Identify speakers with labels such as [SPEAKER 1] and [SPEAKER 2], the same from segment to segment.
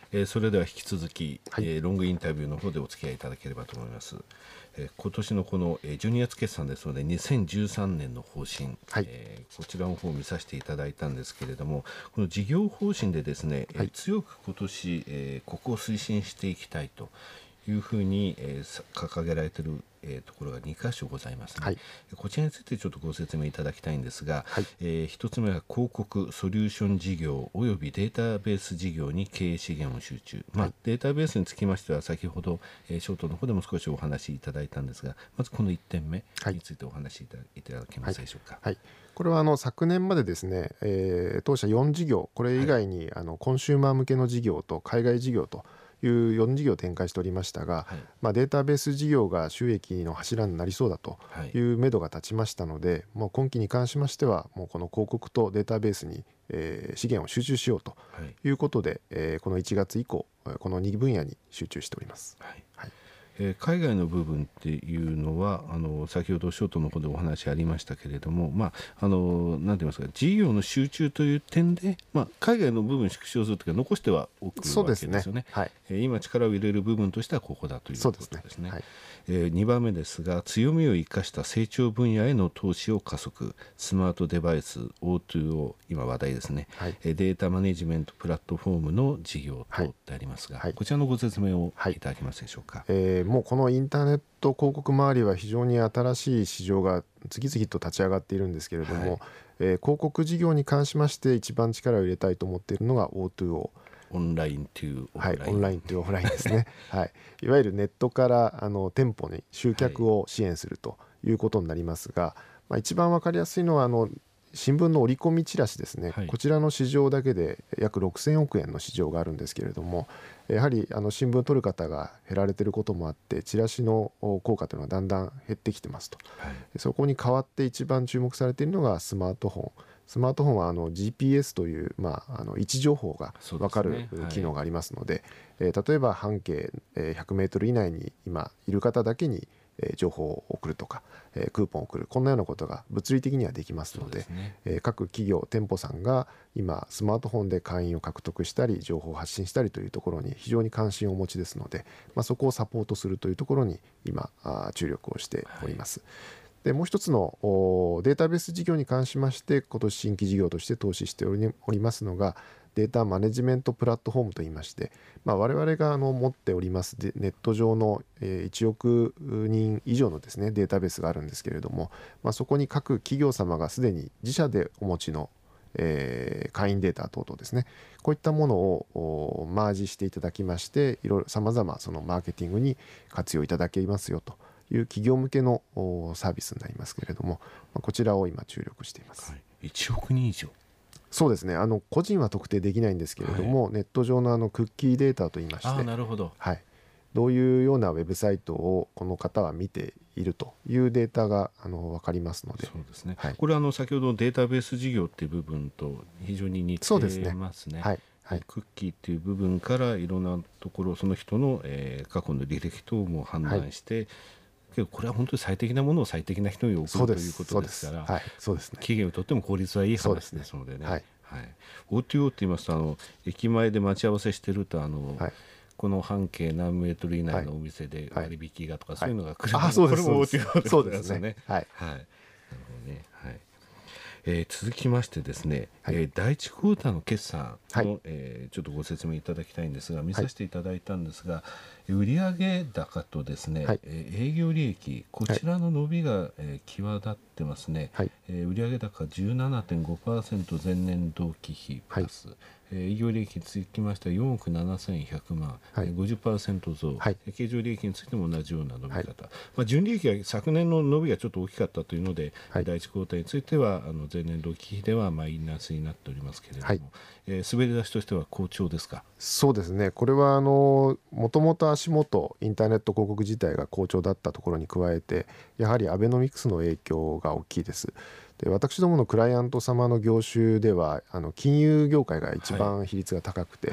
[SPEAKER 1] それでは引き続き、
[SPEAKER 2] はい、
[SPEAKER 1] ロングインタビューの方でお付き合いいただければと思います。今年のこの、12月決算ですので2013年の方針、
[SPEAKER 2] はい、
[SPEAKER 1] こちらの方を見させていただいたんですけれども、この事業方針でですね、
[SPEAKER 2] はい、
[SPEAKER 1] 強く今年、ここを推進していきたいというふうに、掲げられている、ところが2箇所ございますね。
[SPEAKER 2] はい、
[SPEAKER 1] こちらについてちょっとご説明いただきたいんですが、
[SPEAKER 2] はい、
[SPEAKER 1] 1つ目は広告ソリューション事業およびデータベース事業に経営資源を集中、データベースにつきましては先ほど、ショートの方でも少しお話しいただいたんですが、まずこの1点目についてお話しいただけますでしょうか。
[SPEAKER 2] はい、これは昨年までですね、当社4事業、これ以外に、コンシューマー向けの事業と海外事業という4事業を展開しておりましたが、データベース事業が収益の柱になりそうだという目処が立ちましたので、もう今期に関しましてはもうこの広告とデータベースに、資源を集中しようということで、この1月以降この2分野に集中しております。
[SPEAKER 1] 海外の部分っていうのは先ほどショートの方でお話ありましたけれども、なんて言いますか、事業の集中という点で、海外の部分縮小するというか残してはおくわけですよね。今力を入れる部分としてはここだということですね。2番目ですが、強みを生かした成長分野への投資を加速、スマートデバイス O2O、 今話題ですね、データマネジメントプラットフォームの事業とでありますが、こちらのご説明をいただけますでしょうか。
[SPEAKER 2] もうこのインターネット広告周りは非常に新しい市場が次々と立ち上がっているんですけれども、広告事業に関しまして一番力を入れたいと思っているのが O2O、
[SPEAKER 1] オンラインというオフライン、
[SPEAKER 2] オンラインというオフラインですね。いわゆるネットから店舗に集客を支援するということになりますが、一番わかりやすいのは新聞の折り込みチラシですね、こちらの市場だけで約6000億円の市場があるんですけれども、やはり新聞を取る方が減られていることもあって、チラシの効果というのはだんだん減ってきてますと、そこに代わって一番注目されているのがスマートフォン。スマートフォンはGPS という、位置情報が分かる機能がありますので、例えば半径100メートル以内に今いる方だけに情報を送るとか、クーポンを送る、こんなようなことが物理的にはできますので、各企業店舗さんが今スマートフォンで会員を獲得したり情報を発信したりというところに非常に関心をお持ちですので、そこをサポートするというところに今注力をしております。でもう一つのデータベース事業に関しまして今年新規事業として投資しておりますのがデータマネジメントプラットフォームといいまして、我々が持っておりますネット上の1億人以上のですねデータベースがあるんですけれども、そこに各企業様がすでに自社でお持ちの会員データ等々ですね、こういったものをマージしていただきまして、いろいろさまざまそのマーケティングに活用いただけますよという企業向けのサービスになりますけれども、こちらを今注力しています。
[SPEAKER 1] 1億人以上。
[SPEAKER 2] そうですね、個人は特定できないんですけれども、ネット上のクッキーデータといいまして、
[SPEAKER 1] なるほど、
[SPEAKER 2] どういうようなウェブサイトをこの方は見ているというデータが分かりますので。
[SPEAKER 1] そうですね、これは先ほどのデータベース事業っていう部分と非常に似てますね。クッキーっていう部分からいろんなところその人の、過去の履歴等も判断して、けどこれは本当に最適なものを最適な人に送るということですから、企業にとっても効率はいい話ですのでね。O2O って言いますと駅前で待ち合わせしてるとこの半径何メートル以内のお店で割引がとか、そういうのが来る、これも O2O ですよね。なるほどね。続きましてですね、第1クォーターの決算の、ちょっとご説明いただきたいんですが、見させていただいたんですが、売上高とですね、営業利益、こちらの伸びが、際立ってますね。売上高 17.5% 前年同期比プラス、営業利益につきましては4億7100万、50% 増、経常利益についても同じような伸び方、純利益は昨年の伸びがちょっと大きかったというので、第1クォーターについては前年同期比ではマイナスになっておりますけれども、滑り出しとしては好調ですか。
[SPEAKER 2] そうですね、これはもともと足元インターネット広告自体が好調だったところに加えて、やはりアベノミクスの影響が大きいです。で、私どものクライアント様の業種では金融業界が一番比率が高くて、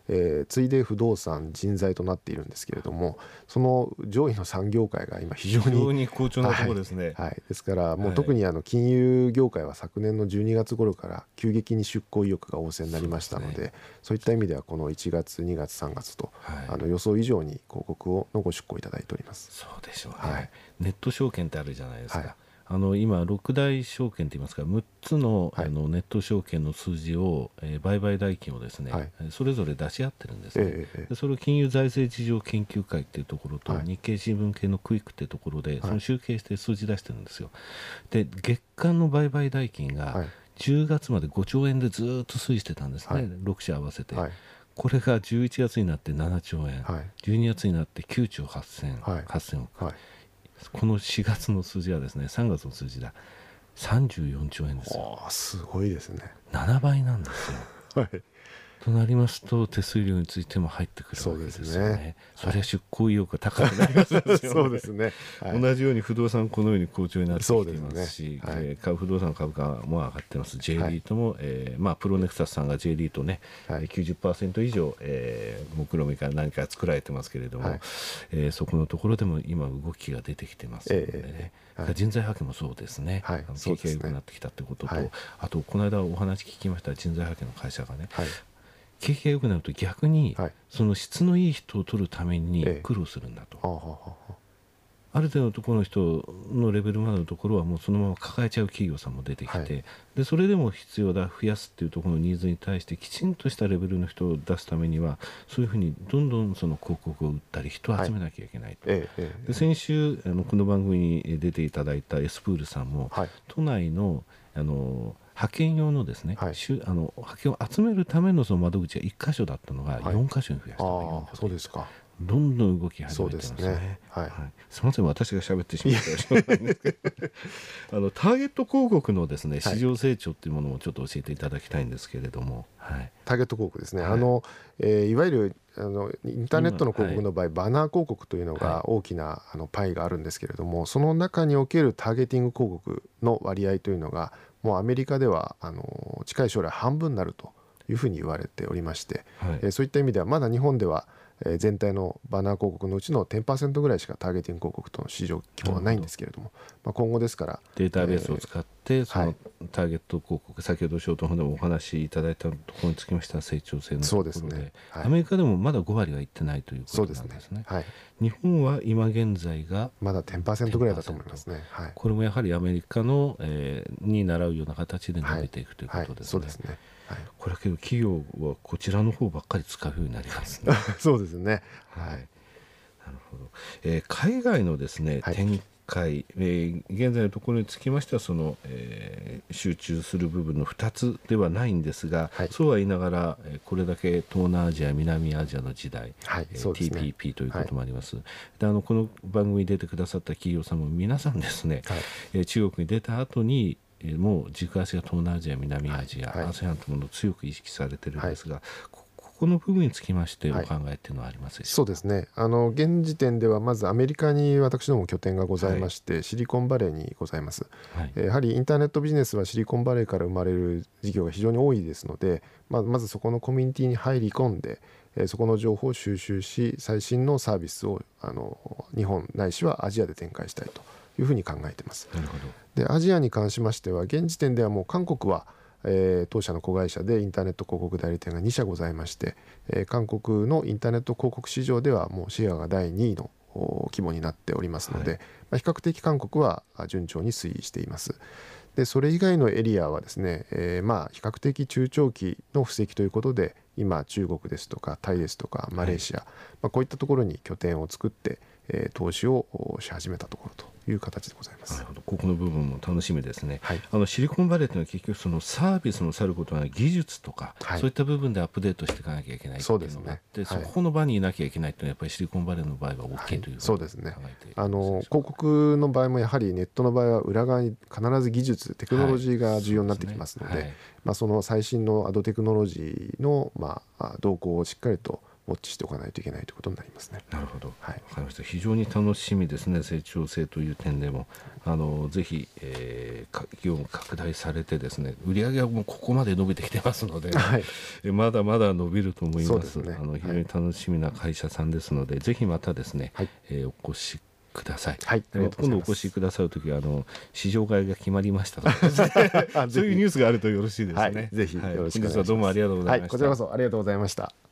[SPEAKER 2] 次いで不動産、人材となっているんですけれども、その上位の産業界が今非常に
[SPEAKER 1] 好調なところですね。
[SPEAKER 2] はい、ですからもう特に金融業界は昨年の12月頃から急激に出向意欲が旺盛になりましたので、そういった意味ではこの1月、2月、3月と、予想以上に広告のご出稿いただいております。
[SPEAKER 1] そうでしょうね。ネット証券ってあるじゃないですか。今6大証券といいますか6つの、ネット証券の数字を、売買代金をですね、それぞれ出し合ってるんですね。でそれを金融財政事情研究会っていうところと、日経新聞系のクイックっていうところで、その集計して数字出してるんですよ。で月間の売買代金が10月まで5兆円でずっと推移してたんですね、6社合わせて。これが11月になって7兆円、12月になって9兆8000億、この4月の数字はですね、3月の数字だ、34兆円ですよ。
[SPEAKER 2] すごいですね。
[SPEAKER 1] 7倍なんですよ。となりますと、手数料についても入ってくるわけですよね。それは出向意欲が高くなりますよね。
[SPEAKER 2] そうですね。
[SPEAKER 1] 同じように不動産このように好調になってきていますし、不動産株価も上がってます。J リートも、プロネクサスさんが J リートね、90% 以上、目論見から何か作られてますけれども、そこのところでも今動きが出てきてますのでね。人材派遣もそうですね。景気が良くなってきたということと、あとこの間お話聞きました人材派遣の会社がね、景気が良くなると逆に、その質のいい人を取るために苦労するんだと、ある程度のところの人のレベルまでのところはもうそのまま抱えちゃう企業さんも出てきて、でそれでも必要だ、増やすっていうところのニーズに対してきちんとしたレベルの人を出すためには、そういうふうにどんどんその広告を売ったり人を集めなきゃいけないと。で先週この番組に出ていただいたエスプールさんも、都内の派遣用のですね、派遣を集めるためのその窓口が1箇所だったのが4箇所に増やした。
[SPEAKER 2] そうですか。
[SPEAKER 1] どんどん動き始めてますね。すみません、私が喋ってしまったらしょうがないんですけどターゲット広告のですね、市場成長っていうものをちょっと教えていただきたいんですけれども。
[SPEAKER 2] ターゲット広告ですね。いわゆるインターネットの広告の場合、バナー広告というのが大きなパイがあるんですけれども、その中におけるターゲティング広告の割合というのがもうアメリカでは近い将来半分になるというふうに言われておりまして、そういった意味ではまだ日本では全体のバナー広告のうちの 10% ぐらいしかターゲティング広告との市場規模はないんですけれども、今後ですから
[SPEAKER 1] データベースを使ってそのターゲット広告、先ほどショートの方でもお話しいただいたところにつきましては成長性のところで、アメリカでもまだ5割はいってないということなんですね。日本は今現在が
[SPEAKER 2] まだ 10% ぐらいだと思いますね。
[SPEAKER 1] これもやはりアメリカの、に習うような形で伸びていくということですね。
[SPEAKER 2] そうですね。
[SPEAKER 1] これはけど企業はこちらの方ばっかり使うようになりますね。
[SPEAKER 2] そうですね。
[SPEAKER 1] なるほど。海外のですね、展開、現在のところにつきましてはその、集中する部分の2つではないんですが、そうは言いながらこれだけ東南アジア、南アジアの時代、TPP ということもあります。でこの番組に出てくださった企業さんも皆さんですね、中国に出た後にもう軸足が東南アジア、南アジア、ASEAN というものを強く意識されているんですが、ここの部分につきましてお考えっていうのはありますでしょうか。
[SPEAKER 2] そうですね。現時点ではまずアメリカに私ども拠点がございまして、シリコンバレーにございます。やはりインターネットビジネスはシリコンバレーから生まれる事業が非常に多いですので、まずそこのコミュニティに入り込んで、そこの情報を収集し、最新のサービスを日本ないしはアジアで展開したいというふうに考えています。
[SPEAKER 1] なるほど。
[SPEAKER 2] でアジアに関しましては現時点ではもう韓国は、当社の子会社でインターネット広告代理店が2社ございまして、韓国のインターネット広告市場ではもうシェアが第2位の規模になっておりますので、比較的韓国は順調に推移しています。でそれ以外のエリアはですね、比較的中長期の布石ということで今中国ですとかタイですとかマレーシア、こういったところに拠点を作って投資をし始めたところという形でございます。
[SPEAKER 1] なるほど。ここの部分も楽しみですね。シリコンバレーというのは結局そのサービスのさることは技術とか、そういった部分でアップデートしていかなきゃいけないというのがあって、そこの場にいなきゃいけないというのはやっぱりシリコンバレーの場合は大きいという
[SPEAKER 2] そうですね。広告の場合もやはりネットの場合は裏側に必ず技術テクノロジーが重要になってきますので、その最新のアドテクノロジーの動向をしっかりとウォッチしておかないといけないということになりますね。
[SPEAKER 1] なるほど、
[SPEAKER 2] はい、
[SPEAKER 1] わかりました。非常に楽しみですね、成長性という点でも。ぜひ、業務拡大されてですね、売上はもうここまで伸びてきてますので、はい、まだまだ伸びると思います。非常に楽しみな会社さんですので、ぜひまたですね、はい、お越しください。
[SPEAKER 2] はい、
[SPEAKER 1] 今度お越しくださるときは市場買いが決まりましたとかですねそういうニュースがあるとよろしいですね。
[SPEAKER 2] はい、ぜひよろしくお願いします。
[SPEAKER 1] 本日はどうもありがとうございました。
[SPEAKER 2] はい、こちらこそありがとうございました。